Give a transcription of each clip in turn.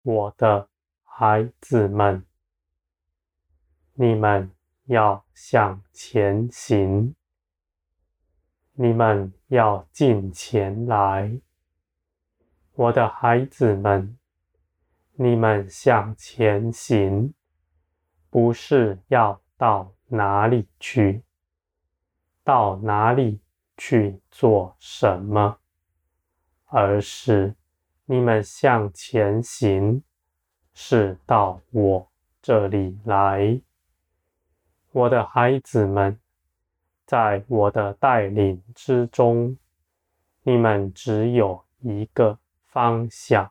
我的孩子们，你们要向前行，你们要近前来。我的孩子们，你们向前行，不是要到哪里去，到哪里去做什么，而是你们向前行，是到我这里来。我的孩子们，在我的带领之中，你们只有一个方向，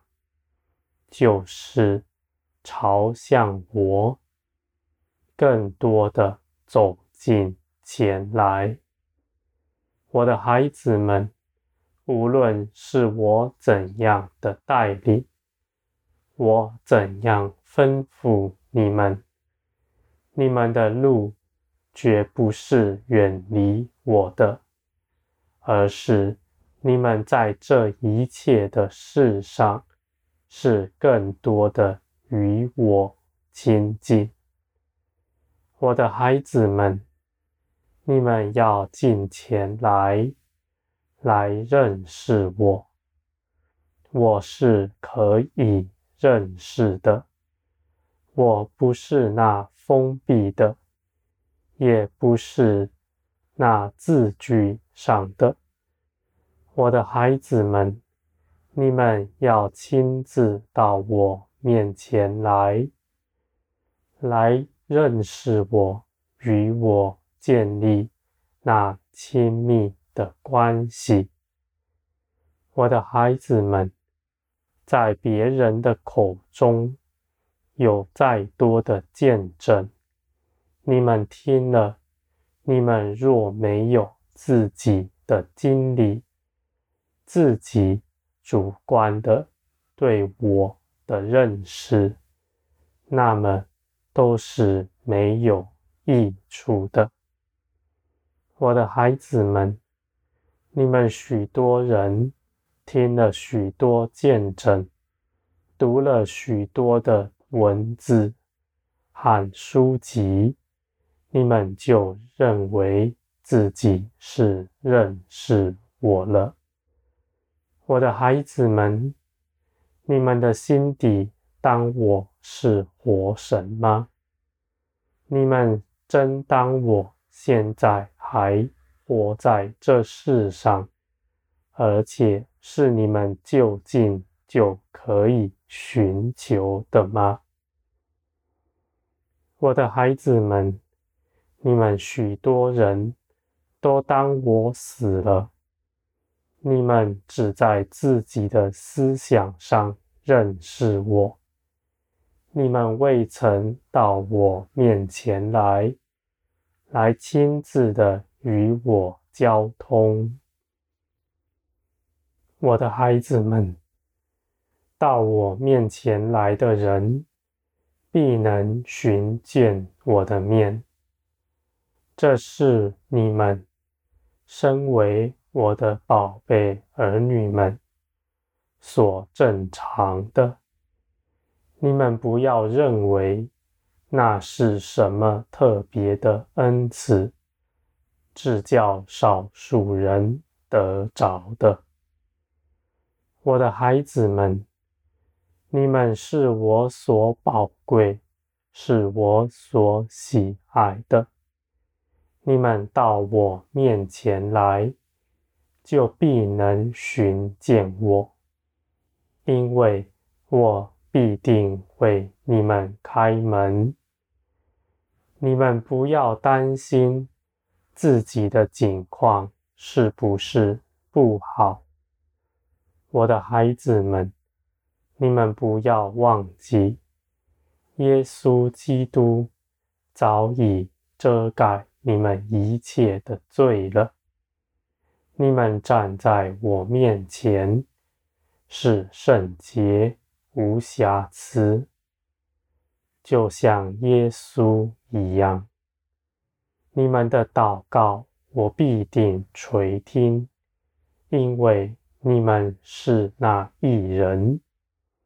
就是朝向我，更多的走近前来。我的孩子们，无论是我怎样的带领，我怎样吩咐你们，你们的路绝不是远离我的，而是你们在这一切的事上，是更多的与我亲近。我的孩子们，你们要近前来，来认识我。我是可以认识的，我不是那封闭的，也不是那字句上的。我的孩子们，你们要亲自到我面前来，来认识我，与我建立那亲密的关系。我的孩子们，在别人的口中有再多的见证，你们听了，你们若没有自己的经历，自己主观的对我的认识，那么都是没有益处的。我的孩子们，你们许多人听了许多见证，读了许多的文字和书籍，你们就认为自己是认识我了。我的孩子们，你们的心底当我是活神吗？你们真当我现在还活在这世上，而且是你们就近就可以寻求的吗？我的孩子们，你们许多人都当我死了，你们只在自己的思想上认识我，你们未曾到我面前来，来亲自的与我交通。我的孩子们，到我面前来的人，必能寻见我的面。这是你们身为我的宝贝儿女们所正常的。你们不要认为那是什么特别的恩赐，只叫少数人得着的。我的孩子们，你们是我所宝贵，是我所喜爱的。你们到我面前来，就必能寻见我，因为我必定为你们开门。你们不要担心自己的境况是不是不好。我的孩子们，你们不要忘记，耶稣基督早已遮盖你们一切的罪了。你们站在我面前，是圣洁无瑕疵，就像耶稣一样。你们的祷告，我必定垂听，因为你们是那义人。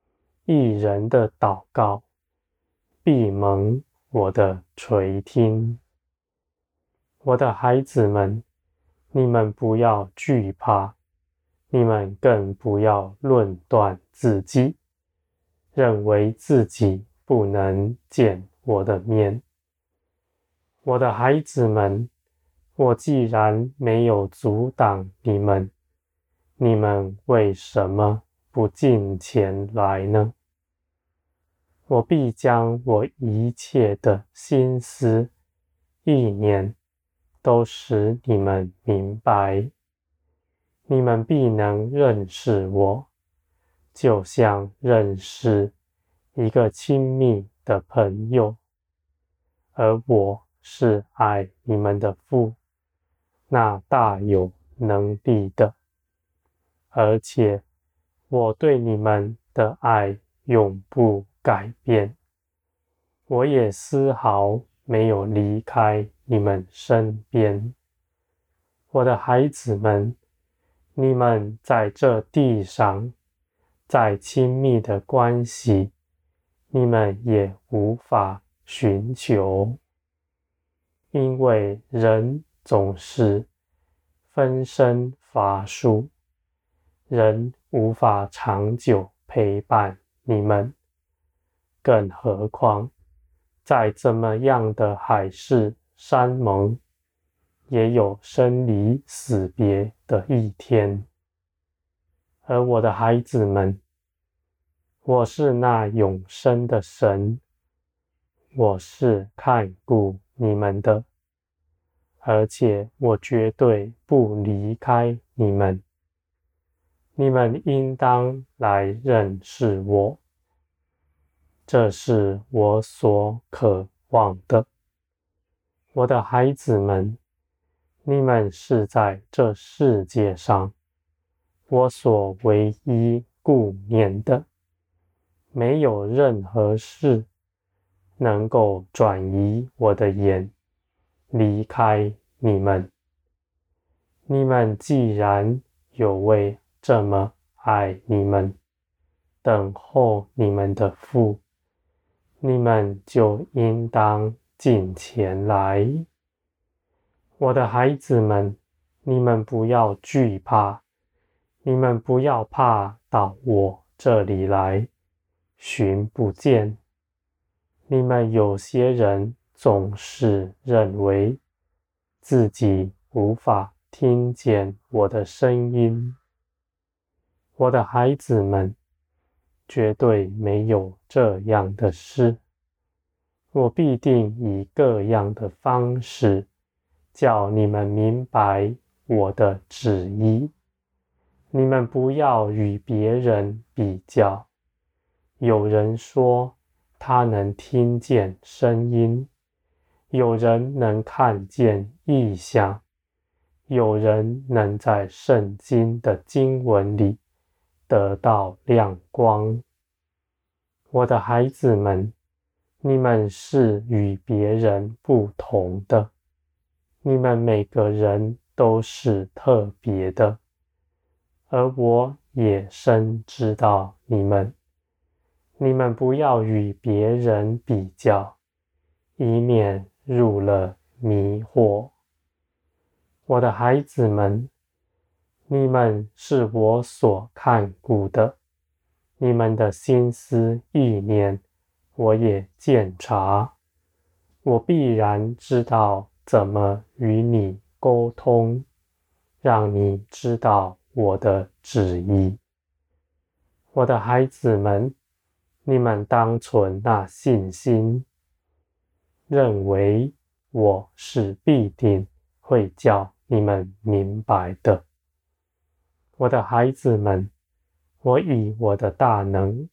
义人的祷告必蒙我的垂听。我的孩子们，你们不要惧怕，你们更不要论断自己，认为自己不能见我的面。我的孩子们，我既然没有阻挡你们，你们为什么不近前来呢？我必将我一切的心思、意念都使你们明白，你们必能认识我，就像认识一个亲密的朋友。而我是爱你们的父，那大有能力的，而且我对你们的爱永不改变，我也丝毫没有离开你们身边。我的孩子们，你们在这地上，再亲密的关系，你们也无法寻求，因为人总是分身乏术，人无法长久陪伴你们，更何况在怎么样的海誓山盟，也有生离死别的一天。而我的孩子们，我是那永生的神，我是看顾你们的，而且我绝对不离开你们。你们应当来认识我，这是我所渴望的。我的孩子们，你们是在这世界上我所唯一顾念的，没有任何事能够转移我的眼，离开你们。你们既然有位这么爱你们，等候你们的父，你们就应当近前来。我的孩子们，你们不要惧怕，你们不要怕到我这里来，寻不见。你们有些人总是认为自己无法听见我的声音。我的孩子们，绝对没有这样的事。我必定以各样的方式叫你们明白我的旨意。你们不要与别人比较。有人说他能听见声音，有人能看见异象，有人能在圣经的经文里得到亮光。我的孩子们，你们是与别人不同的，你们每个人都是特别的，而我也深知道你们。你们不要与别人比较，以免入了迷惑。我的孩子们，你们是我所看顾的，你们的心思意念，我也鉴察，我必然知道怎么与你沟通，让你知道我的旨意。我的孩子们，你们当存那信心，认为我是必定会叫你们明白的。我的孩子们，我以我的大能，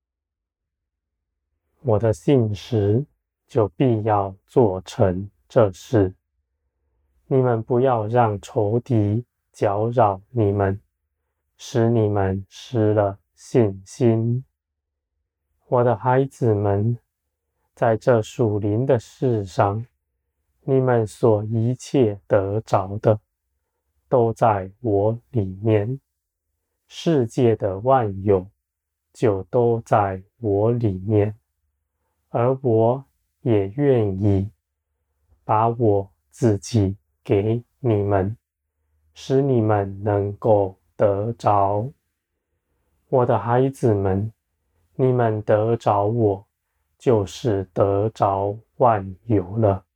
我的信实，就必要做成这事。你们不要让仇敌搅扰你们，使你们失了信心。我的孩子们，在这属灵的事上，你们所一切得着的，都在我里面。世界的万有就都在我里面，而我也愿意把我自己给你们，使你们能够得着。我的孩子们，你们得着我，就是得着万有了。